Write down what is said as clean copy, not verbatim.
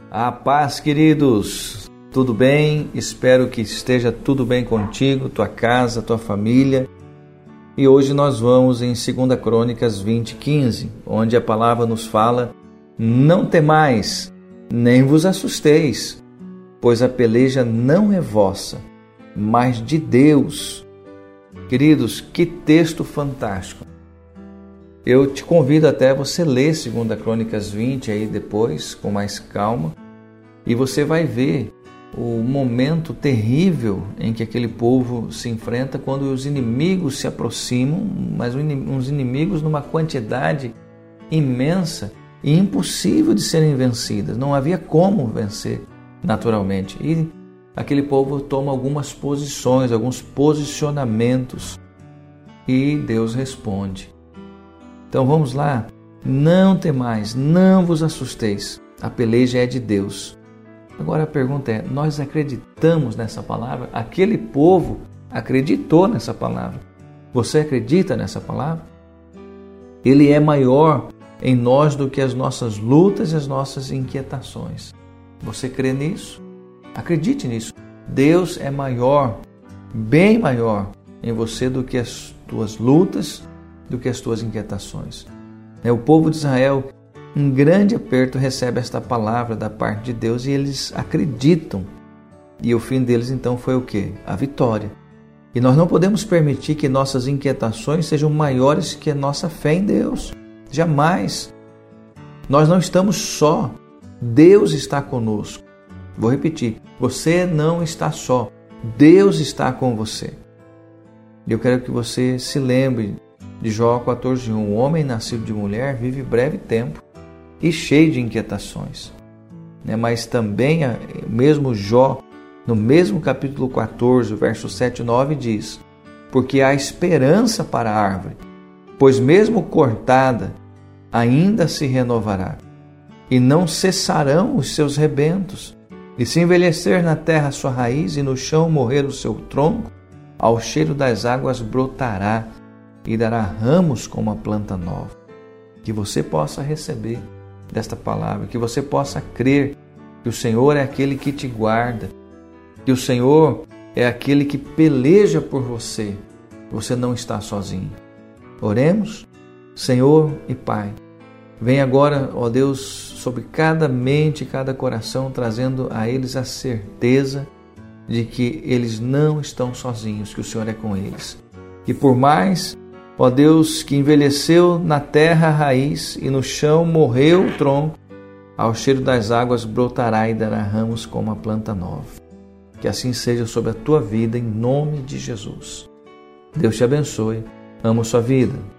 A paz, queridos, tudo bem? Espero que esteja tudo bem contigo, tua casa, tua família. E hoje nós vamos em 2 Crônicas 20:15, onde a palavra nos fala: não temais, nem vos assusteis, pois a peleja não é vossa, mas de Deus. Queridos, que texto fantástico! Eu te convido até você ler 2 Crônicas 20 aí depois, com mais calma, e você vai ver o momento terrível em que aquele povo se enfrenta quando os inimigos se aproximam, mas uns inimigos numa quantidade imensa e impossível de serem vencidas. Não havia como vencer naturalmente. E aquele povo toma algumas posições, alguns posicionamentos, e Deus responde. Então vamos lá, não temais, não vos assusteis, a peleja é de Deus. Agora a pergunta é, nós acreditamos nessa palavra? Aquele povo acreditou nessa palavra. Você acredita nessa palavra? Ele é maior em nós do que as nossas lutas e as nossas inquietações. Você crê nisso? Acredite nisso. Deus é maior, bem maior em você do que as tuas lutas, do que as tuas inquietações. O povo de Israel, em grande aperto, recebe esta palavra da parte de Deus e eles acreditam. E o fim deles então foi o quê? A vitória. E nós não podemos permitir que nossas inquietações sejam maiores que a nossa fé em Deus. Jamais. Nós não estamos só. Deus está conosco. Vou repetir. Você não está só. Deus está com você. Eu quero que você se lembre de Jó 14:1. O homem nascido de mulher vive breve tempo e cheio de inquietações. Mas também, mesmo Jó, no mesmo capítulo 14, verso 7 e 9, diz: porque há esperança para a árvore, pois mesmo cortada, ainda se renovará, e não cessarão os seus rebentos. E se envelhecer na terra a sua raiz, e no chão morrer o seu tronco, ao cheiro das águas brotará, e dará ramos como a planta nova. Que você possa receber desta palavra, que você possa crer que o Senhor é aquele que te guarda, que o Senhor é aquele que peleja por você. Você não está sozinho. Oremos. Senhor e Pai, vem agora, ó Deus, sobre cada mente e cada coração, trazendo a eles a certeza de que eles não estão sozinhos, que o Senhor é com eles. Que por mais, ó Deus, que envelheceu na terra a raiz e no chão morreu o tronco, ao cheiro das águas brotará e dará ramos como a planta nova. Que assim seja sobre a tua vida, em nome de Jesus. Deus te abençoe. Amo sua vida.